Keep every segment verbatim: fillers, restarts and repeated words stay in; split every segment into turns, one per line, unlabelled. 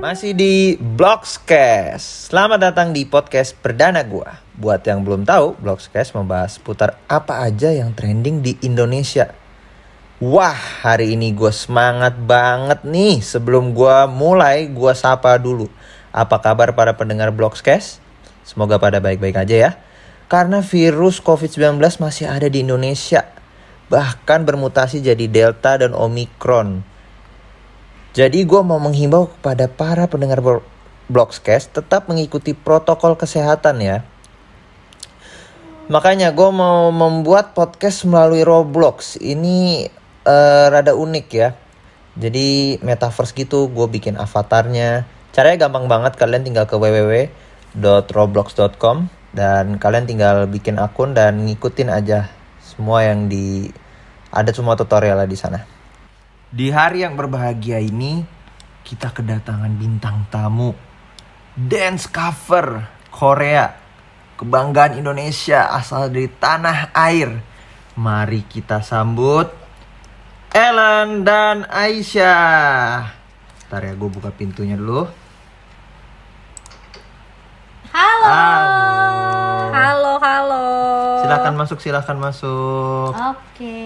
Masih di Blogscast. Selamat datang di podcast perdana gua. Buat yang belum tahu, Blogscast membahas putar apa aja yang trending di Indonesia. Wah, hari ini gua semangat banget nih. Sebelum gua mulai, gua sapa dulu. Apa kabar para pendengar Blogscast? Semoga pada baik-baik aja ya. Karena virus covid sembilan belas masih ada di Indonesia. Bahkan bermutasi jadi Delta dan Omicron. Jadi gue mau menghimbau kepada para pendengar Blogscast tetap mengikuti protokol kesehatan ya. Makanya gue mau membuat podcast melalui Roblox. Ini uh, rada unik ya. Jadi metaverse gitu, gue bikin avatarnya. Caranya gampang banget, kalian tinggal ke w w w dot roblox dot com dan kalian tinggal bikin akun dan ngikutin aja semua yang di ada semua tutorialnya di sana. Di hari yang berbahagia ini, kita kedatangan bintang tamu. Dance cover Korea. Kebanggaan Indonesia asal dari tanah air. Mari kita sambut Ellen dan Aisyah. Ntar ya, gue buka pintunya dulu.
Halo.
Halo.
Halo, halo.
Silakan masuk, silakan masuk.
Oke.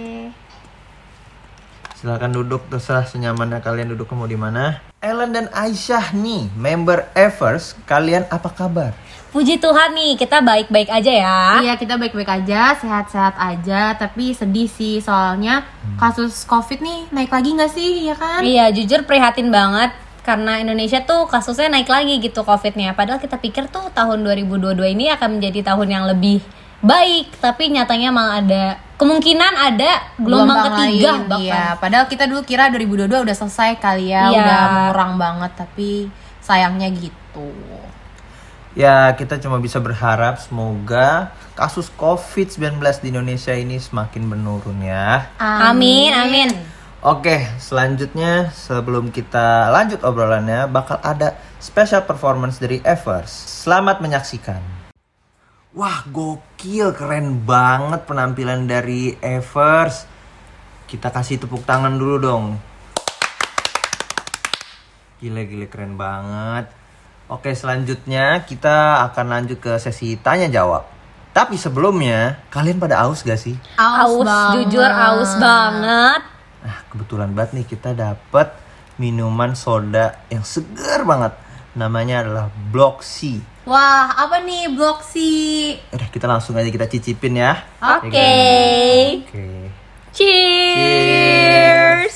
Silakan duduk, terserah senyamannya kalian duduk mau di mana. Ellen dan Aisyah nih, member Everse, kalian apa kabar?
Puji Tuhan nih, kita baik-baik aja ya.
Iya, kita baik-baik aja, sehat-sehat aja. Tapi sedih sih, soalnya kasus COVID nih naik lagi nggak sih, ya kan?
Iya, jujur prihatin banget. Karena Indonesia tuh kasusnya naik lagi gitu COVID-nya. Padahal kita pikir tuh tahun dua ribu dua puluh dua ini akan menjadi tahun yang lebih baik. Tapi nyatanya malah ada kemungkinan ada gelombang, gelombang ketiga
lain,
bahkan.
Iya, padahal kita dulu kira dua ribu dua puluh dua udah selesai kali ya,
iya.
Udah mengurang banget, tapi sayangnya gitu.
Ya, kita cuma bisa berharap semoga kasus covid sembilan belas di Indonesia ini semakin menurun ya.
Amin, amin.
Oke, selanjutnya sebelum kita lanjut obrolannya, bakal ada special performance dari Everse. Selamat menyaksikan. Wah, gokil, keren banget penampilan dari Everse. Kita kasih tepuk tangan dulu dong. Gila-gila, keren banget. Oke, selanjutnya kita akan lanjut ke sesi tanya jawab. Tapi sebelumnya, kalian pada aus gak sih?
Aus, aus jujur aus banget.
Nah, kebetulan banget nih kita dapat minuman soda yang segar banget. Namanya adalah Bloxy.
Wah, apa nih Bloxy?
Udah, kita langsung aja kita cicipin ya.
Oke. Okay.
Oke. Okay.
Cheers. Cheers.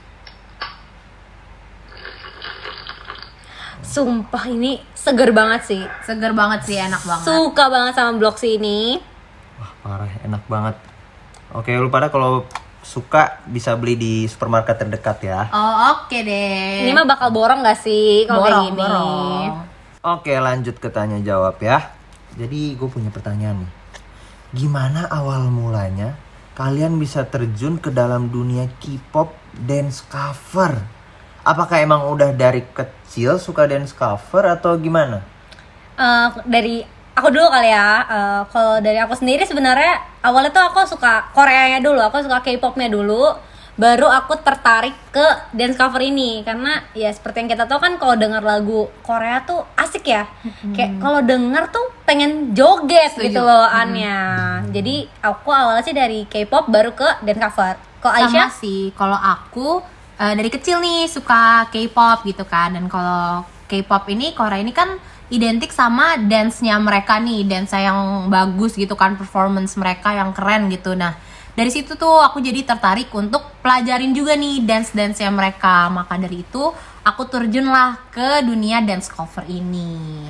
Sumpah ini seger banget sih.
Seger banget sih, enak banget.
Suka banget sama Bloxy ini.
Wah, parah, enak banget. Oke, lu pada kalau suka bisa beli di supermarket terdekat ya.
Oh, oke okay deh.
Ini mah bakal borong gak sih kalau kayak gini?
Borong.
Oke, lanjut ke tanya jawab ya. Jadi gue punya pertanyaan nih. Gimana awal mulanya kalian bisa terjun ke dalam dunia K-pop dance cover? Apakah emang udah dari kecil suka dance cover atau gimana?
Uh, dari aku dulu kali ya. Uh, kalau dari aku sendiri sebenarnya awalnya tuh aku suka Koreanya dulu, aku suka K-popnya dulu. Baru aku tertarik ke dance cover ini karena ya seperti yang kita tahu kan kalau dengar lagu Korea tuh asik ya. Mm-hmm. Kayak kalau denger tuh pengen joget Setuju. Gitu loh Anya. Mm-hmm. Jadi aku awalnya sih dari K-pop baru ke dance cover. Kalau Aisyah
sih, kalau aku uh, dari kecil nih suka K-pop gitu kan. Dan kalau K-pop ini Korea ini kan identik sama dance-nya mereka nih, dance yang bagus gitu kan, performance mereka yang keren gitu. Nah, dari situ tuh aku jadi tertarik untuk pelajarin juga nih dance-dance-nya mereka. Maka dari itu aku terjunlah ke dunia dance cover ini.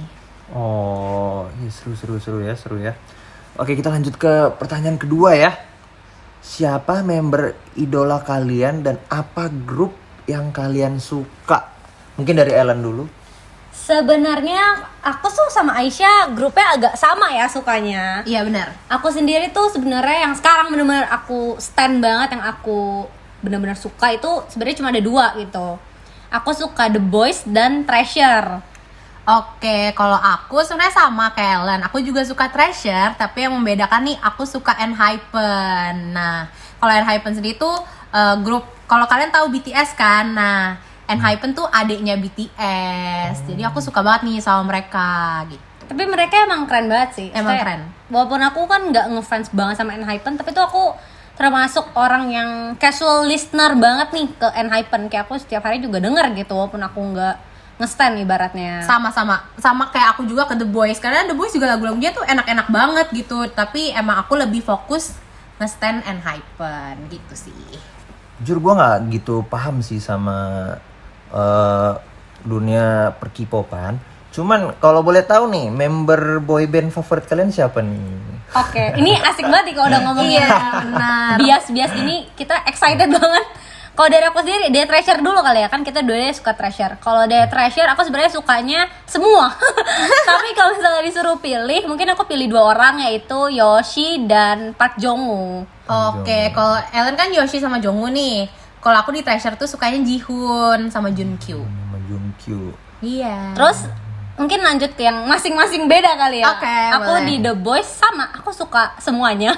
Oh, ya seru seru seru ya, seru ya. Oke, kita lanjut ke pertanyaan kedua ya. Siapa member idola kalian dan apa grup yang kalian suka? Mungkin dari Ellen dulu.
Sebenarnya aku tuh sama Aisyah grupnya agak sama ya sukanya.
Iya benar.
Aku sendiri tuh sebenarnya yang sekarang benar-benar aku stand banget, yang aku benar-benar suka itu sebenarnya cuma ada dua gitu. Aku suka The Boys dan Treasure.
Oke, kalau aku sebenarnya sama kayak Ellen. Aku juga suka Treasure, tapi yang membedakan nih aku suka ENHYPEN. Nah, kalau ENHYPEN sendiri tuh uh, grup, kalau kalian tahu B T S kan, nah ENHYPEN tuh adiknya B T S. Jadi aku suka banget nih sama mereka gitu.
Tapi mereka emang keren banget sih.
Emang
Kayak,
keren.
Walaupun aku kan nggak ngefans banget sama ENHYPEN, tapi tuh aku termasuk orang yang casual listener banget nih ke ENHYPEN. Kayak aku setiap hari juga denger gitu, walaupun aku nggak nge-stan ibaratnya.
Sama-sama, sama kayak aku juga ke The Boys. Karena The Boys juga lagu-lagunya tuh enak-enak banget gitu. Tapi emang aku lebih fokus nge-stan ENHYPEN gitu sih.
Jujur gue nggak gitu paham sih sama uh, dunia per-K-popan. Cuman kalau boleh tahu nih, member boy band favorit kalian siapa nih?
Oke, ini asik banget nih kalau udah ngomongin
Iya, benar.
bias-bias ini, kita excited banget. Kalau dari aku sendiri, dia Treasure dulu kali ya, kan kita dua suka Treasure. Kalau dari Treasure, aku sebenarnya sukanya semua. Tapi kalau misalnya disuruh pilih, mungkin aku pilih dua orang, yaitu Yoshi dan Park Jong-woo.
Oke, kalau Ellen kan Yoshi sama Jongwoo nih. Kalau aku di Treasure tuh sukanya Jihoon sama Junkyu.
Sama Junkyu.
Iya.
Terus mungkin lanjut ke yang masing-masing beda kali ya.
Oke,
aku
boleh.
di The Boys sama, aku suka semuanya.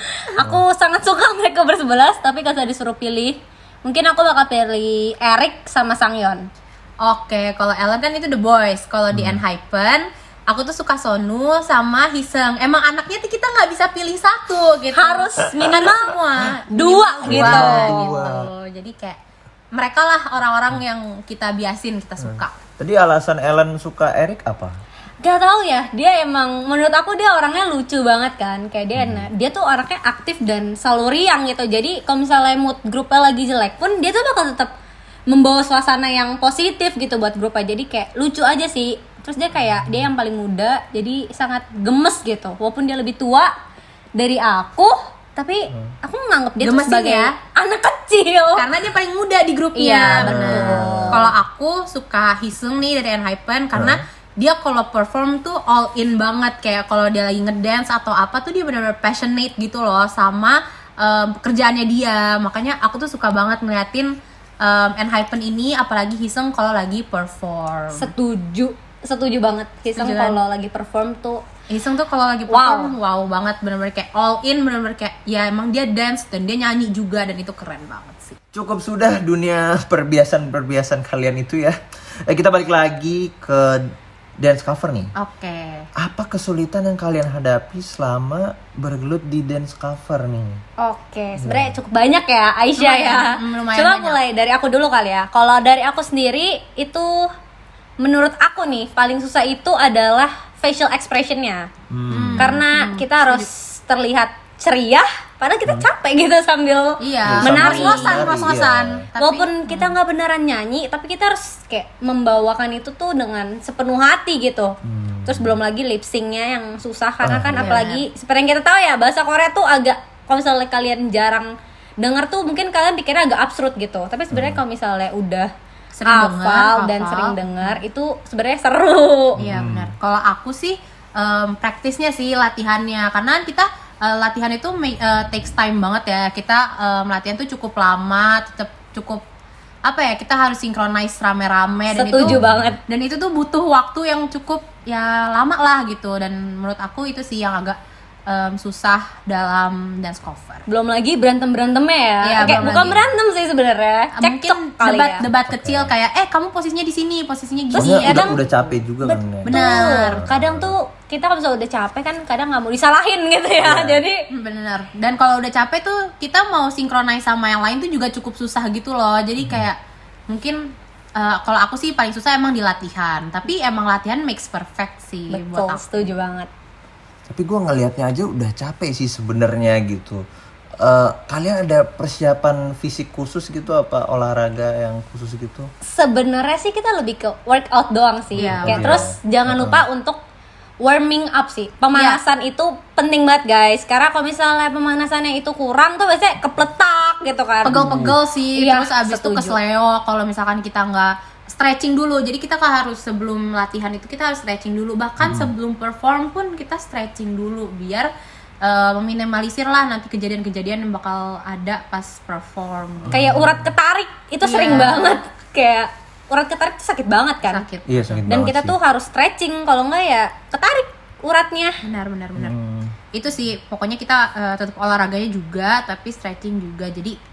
Aku sangat suka mereka bersebelas, tapi kalau disuruh pilih, mungkin aku bakal pilih Eric sama Sangyeon.
Oke, kalau Ellen kan itu The Boys. Kalau di ENHYPEN, aku tuh suka Sonu sama Hiseung. Emang anaknya tuh kita nggak bisa pilih satu gitu.
Harus minimal
semua
dua
Minimal
gitu.
dua gitu.
Dua.
Jadi kayak mereka lah orang-orang yang kita biasin, kita suka.
Tadi alasan Ellen suka Eric apa?
Gak tau ya, dia emang menurut aku dia orangnya lucu banget kan. Kayak dia dia tuh orangnya aktif dan selalu riang gitu. Jadi kalau misalnya mood grupnya lagi jelek pun, dia tuh bakal tetap membawa suasana yang positif gitu buat grupnya. Jadi kayak lucu aja sih. Terus dia kayak dia yang paling muda, jadi sangat gemes gitu. Walaupun dia lebih tua dari aku, tapi aku nganggep dia tuh
Gemes
sebagai
ya?
anak kecil.
Karena dia paling muda di grupnya.
Iya,
benar.
betul.
Kalau aku suka Hiseung nih dari ENHYPEN karena dia kalau perform tuh all in banget. Kayak kalau dia lagi ngedance atau apa tuh dia benar-benar passionate gitu loh sama um, pekerjaannya dia. Makanya aku tuh suka banget ngeliatin um, ENHYPEN ini, apalagi Hiseung kalau lagi perform.
Setuju, setuju banget. Hiseung
Setuju kan?
kalau lagi perform tuh
Hiseung tuh kalau lagi perform wow, banget, benar-benar kayak all in, benar-benar kayak ya emang dia dance dan dia nyanyi juga dan itu keren banget sih.
Cukup sudah dunia perbiasan-perbiasan kalian itu ya. Eh, kita balik lagi ke dance cover nih.
Oke.
Apa kesulitan yang kalian hadapi selama bergelut di dance cover nih?
Oke, sebenarnya cukup banyak ya Aisyah
Lumayan,
ya.
mm, lumayan
Coba
banyak.
mulai dari aku dulu kali ya. Kalau dari aku sendiri itu menurut aku nih paling susah itu adalah facial expressionnya.
Hmm.
Karena kita harus terlihat ceria, padahal kita capek gitu sambil
Iya,
menari.
ngos-ngosan,
Menari,
ngos-ngosan.
iya.
Tapi-
Walaupun kita nggak beneran nyanyi, tapi kita harus kayak membawakan itu tuh dengan sepenuh hati gitu.
Hmm.
Terus belum lagi lip syncnya yang susah karena
Ah,
kan
iya,
apalagi seperti yang kita tahu ya bahasa Korea tuh agak, kalau misalnya kalian jarang denger tuh mungkin kalian pikirnya agak absurd gitu. Tapi sebenarnya kalau misalnya udah
Sering
hafal
denger,
dan
hafal.
sering denger itu sebenarnya seru.
Iya benar. Kalau aku sih em, praktisnya sih latihannya, karena kita eh, latihan itu ma- eh, takes time banget ya. Kita em, latihan tuh cukup lama, tetap cukup apa ya? Kita harus synchronize rame-rame dan
Setuju
itu
banget.
dan itu tuh butuh waktu yang cukup ya lama lah gitu. Dan menurut aku itu sih yang agak em, susah dalam dance cover.
Belum lagi berantem-berantemnya ya.
Iya,
Kayak
belum
bukan
lagi.
berantem sih sebenarnya.
Mungkin
Cekcok kali
debat
ya.
debat kecil kayak eh kamu posisinya di sini, posisinya gini.
Soalnya udah,
kadang-
udah capek juga kan ya.
Benar.
Betul. Kadang tuh kita kalau misalnya udah capek kan kadang nggak mau disalahin gitu ya.
Iya.
Jadi
Bener. Dan kalau udah capek tuh kita mau synchronize sama yang lain tuh juga cukup susah gitu loh. Jadi kayak mungkin eh, kalau aku sih paling susah emang di latihan. Tapi emang latihan makes perfect sih
betul,
buat aku.
setuju banget.
Tapi gue ngelihatnya aja udah capek sih sebenarnya gitu. Eh, kalian ada persiapan fisik khusus gitu apa olahraga yang khusus gitu?
Sebenarnya sih kita lebih ke workout doang sih.
Iya,
Kayak
iya.
terus jangan
Uh-uh.
lupa untuk warming up sih. Pemanasan itu penting banget guys. Karena kalau misalnya pemanasannya itu kurang tuh biasanya kepletak gitu kan.
Pegel-pegel sih.
Iya,
Terus abis itu
setuju.
kesleo kalau misalkan kita nggak stretching dulu. Jadi kita kan harus sebelum latihan itu kita harus stretching dulu. Bahkan sebelum perform pun kita stretching dulu biar eh, meminimalisir lah nanti kejadian-kejadian yang bakal ada pas perform.
Kayak urat ketarik itu
Iya.
sering banget. Kayak urat ketarik tuh sakit banget kan.
Sakit.
Iya sakit
Dan
banget
kita
sih.
tuh harus stretching, kalau enggak ya ketarik uratnya.
Benar benar benar.
Hmm.
Itu sih pokoknya kita eh, tetap olahraganya juga tapi stretching juga. Jadi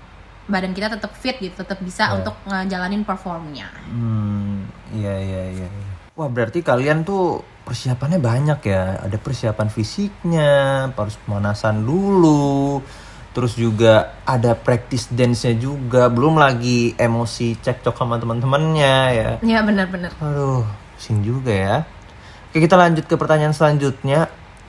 badan kita tetap fit gitu, tetap bisa
Yeah.
untuk ngejalanin performnya.
Hmm, iya iya iya. iya. Wah, berarti kalian tuh persiapannya banyak ya. Ada persiapan fisiknya, harus pemanasan dulu. Terus juga ada practice dance-nya juga. Belum lagi emosi cekcok sama teman-temannya ya.
Ya benar-benar.
Aduh, pusing juga ya. Oke, kita lanjut ke pertanyaan selanjutnya.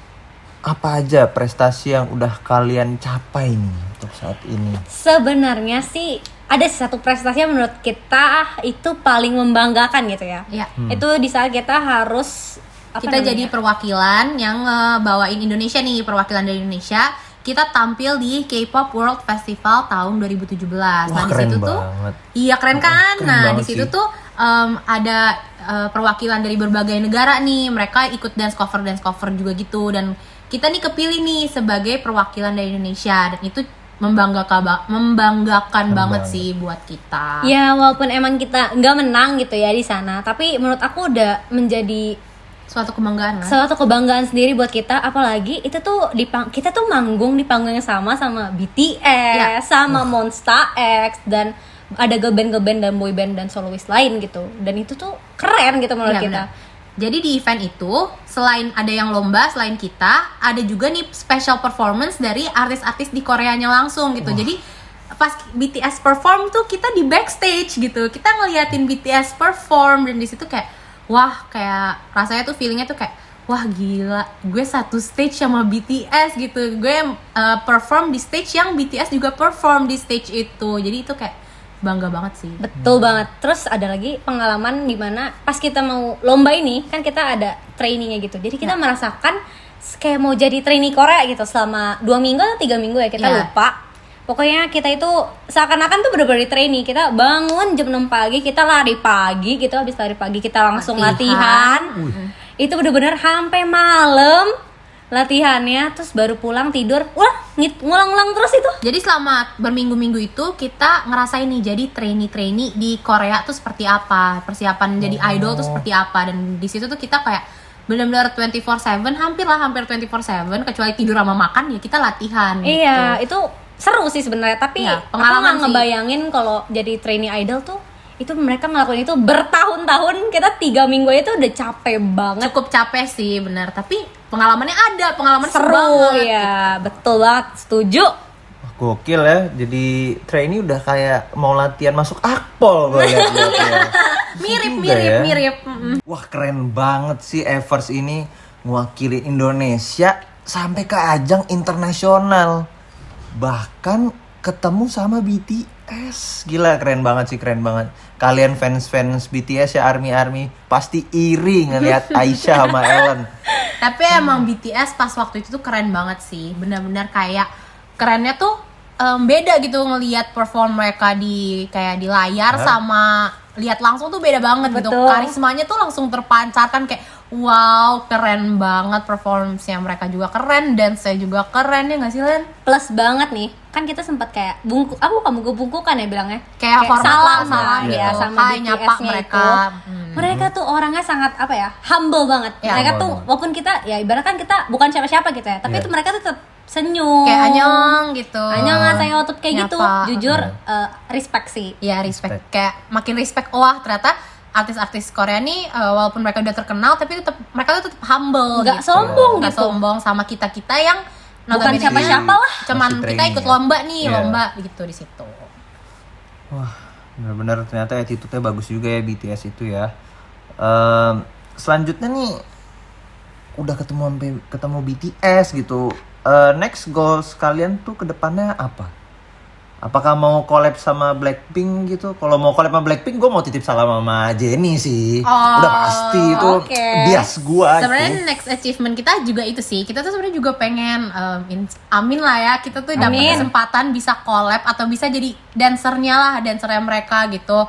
Apa aja prestasi yang udah kalian capai nih untuk saat ini?
Sebenarnya sih ada satu prestasi yang menurut kita itu paling membanggakan gitu ya.
Ya.
Itu di saat kita harus apa
Kita
namanya?
jadi perwakilan yang ngebawain Indonesia nih, perwakilan dari Indonesia. Kita tampil di K-pop World Festival tahun dua ribu tujuh belas.
Wah,
Nah, di
keren
situ tuh
banget.
iya keren kan?
Keren
Nah, di
banget
situ
sih.
tuh em, ada eh, perwakilan dari berbagai negara nih. Mereka ikut dance cover dance cover juga gitu, dan kita nih kepilih nih sebagai perwakilan dari Indonesia, dan itu membanggakan ba- membanggakan
Keren
banget
banget.
sih buat kita.
Ya walaupun emang kita nggak menang gitu ya di sana, tapi menurut aku udah menjadi
Suatu kebanggaan kan?
suatu kebanggaan sendiri buat kita. Apalagi itu tuh di pang- kita tuh manggung di panggung yang sama sama B T S,
Ya.
sama Monsta X, dan ada girl band girl band dan boy band dan soloist lain gitu. Dan itu tuh keren gitu menurut
Iya,
kita.
benar. Jadi di event itu selain ada yang lomba, selain kita ada juga nih special performance dari artis-artis di Koreanya langsung gitu. Jadi pas B T S perform tuh kita di backstage gitu. Kita ngeliatin B T S perform, dan di situ kayak wah, kayak rasanya tuh feelingnya tuh kayak wah gila, gue satu stage sama B T S gitu. Gue uh, perform di stage yang B T S juga perform di stage itu. Jadi itu kayak bangga banget sih.
Betul banget. Terus ada lagi pengalaman dimana pas kita mau lomba ini kan kita ada trainingnya gitu. Jadi kita
Ya.
merasakan kayak mau jadi trainee Korea gitu selama dua minggu atau tiga minggu ya kita
Ya.
lupa. Pokoknya kita itu seakan-akan tuh bener-bener di trainee. Kita bangun jam enam pagi, kita lari pagi gitu. Habis lari pagi kita langsung
Latihan.
latihan. Itu bener-bener sampai malam latihannya, terus baru pulang tidur. Wah, ngit- ngulang-ngulang terus itu.
Jadi selama berminggu-minggu itu kita ngerasain nih jadi trainee-trainee di Korea tuh seperti apa, persiapan jadi idol tuh seperti apa, dan di situ tuh kita kayak benar-benar dua puluh empat tujuh, hampir lah hampir dua puluh empat tujuh, kecuali tidur sama makan ya kita latihan gitu.
Iya, itu seru sih sebenarnya. Tapi
Iya,
aku
pengalaman
nggak
sih.
ngebayangin kalau jadi trainee idol tuh itu mereka ngelakuin itu bertahun-tahun. Kita tiga minggu itu udah capek banget.
Cukup capek sih benar, tapi pengalamannya ada, pengalaman
Seru
banget.
ya, betul banget, setuju.
Wah, gokil ya. Jadi trainee udah kayak mau latihan masuk akpol gue lihat-lihat ya.
Mirip,
Juga
mirip,
ya.
mirip. Mm-mm.
Wah, keren banget sih Evers ini ngewakili Indonesia sampai ke ajang internasional. Bahkan ketemu sama B T S. Gila, keren banget sih, keren banget. Kalian fans-fans B T S ya, ARMY-ARMY pasti iri ngelihat Aisyah sama Ellen.
Tapi emang B T S pas waktu itu tuh keren banget sih, benar-benar kayak kerennya tuh em, beda gitu ngelihat perform mereka di kayak di layar
Hah?
sama lihat langsung tuh beda banget gitu.
Betul.
Karismanya tuh langsung terpancarkan kayak wow, keren banget performance-nya, mereka juga keren, dance-nya juga keren ya nggak sih Len?
Plus banget nih, kan kita sempat kayak bungku, aku kamu bungkukan ya bilangnya.
Kayak hormat
salam
lah, salam
lah,
gitu.
ya, sama
Hai,
B T
nyapa
S-nya
mereka.
itu.
Hmm.
Mereka tuh orangnya sangat apa ya, humble banget.
Ya,
mereka
humble
tuh
banget.
walaupun kita ya ibaratkan kita bukan siapa-siapa gitu ya, tapi
Iya.
itu mereka tuh tetap senyum.
Kayak anyong gitu.
Annyeonghaseyo tuh kayak gitu.
Nyapa.
Jujur
Hmm.
eh, respect sih.
Ya respect.
Respect.
Kayak makin respect. Wah ternyata artis-artis Korea nih uh, walaupun mereka udah terkenal tapi tetap mereka tuh tetap humble.
Nggak
gitu.
sombong
Nggak
gitu.
sombong sama kita kita yang
Bukan
notabene
siapa-siapa lah.
Cuman
Masih
kita
training
ikut
ya.
lomba nih,
Iya.
lomba gitu di situ.
Wah, benar-benar ternyata attitude-nya bagus juga ya B T S itu ya. Ehm, selanjutnya nih udah ketemu sampai- ketemu B T S gitu. Eh, next goals kalian tuh ke depannya apa? Apakah mau collab sama Blackpink gitu? Kalau mau collab sama Blackpink, gue mau titip salam sama Jennie sih.
Oh,
Udah pasti itu
oke.
bias gue
Sebenarnya
itu.
next achievement kita juga itu sih. Kita tuh sebenarnya juga pengen um, in- amin lah ya. Kita tuh dapat
Amin.
kesempatan bisa collab atau bisa jadi dancernya lah, dancernya mereka gitu.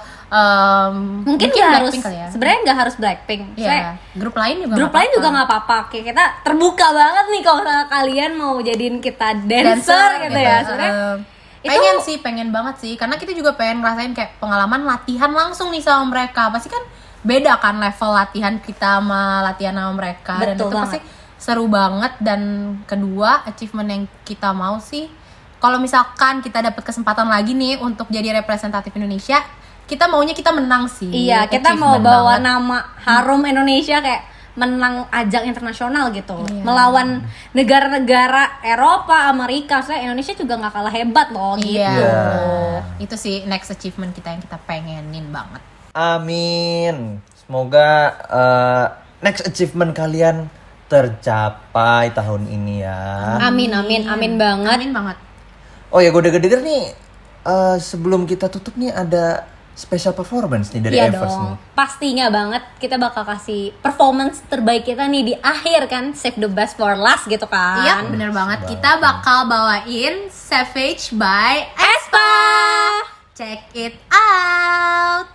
Um,
Mungkin nggak harus
Blackpink kali ya.
sebenarnya nggak harus Blackpink. Saya
Iya, grup lain juga
grup
nggak
lain juga
apa-apa.
nggak apa-apa. Kayak kita terbuka banget nih kalau misalnya kalian mau jadiin kita dancer, gitu ya. Sebenarnya
Eh,
itu-
pengen sih, pengen banget sih, karena kita juga pengen ngerasain kayak pengalaman latihan langsung nih sama mereka. Pasti kan beda kan level latihan kita sama latihan sama mereka. Dan
Betul
itu pasti seru banget. Dan kedua achievement yang kita mau sih kalau misalkan kita dapat kesempatan lagi nih untuk jadi representatif Indonesia, kita maunya kita menang sih.
Iya, kita mau
Achievement
bawa
banget.
nama harum Indonesia kayak menang ajang internasional gitu,
Iya.
melawan negara-negara Eropa, Amerika. Soalnya Indonesia juga nggak kalah hebat loh gitu.
Iya.
Iya.
Itu sih next achievement kita yang kita pengenin banget.
Amin. Semoga eh, next achievement kalian tercapai tahun ini ya.
Amin, amin, amin banget.
Amin banget.
Oh ya, gue denger-denger nih eh, sebelum kita tutup nih ada special performance nih dari
Iya
Evers
dong,
nih.
pastinya banget kita bakal kasih performance terbaik kita nih di akhir kan, save the best for last gitu kan.
Iya, bener banget. Kita bakal bawain Savage by Aespa. Check it out.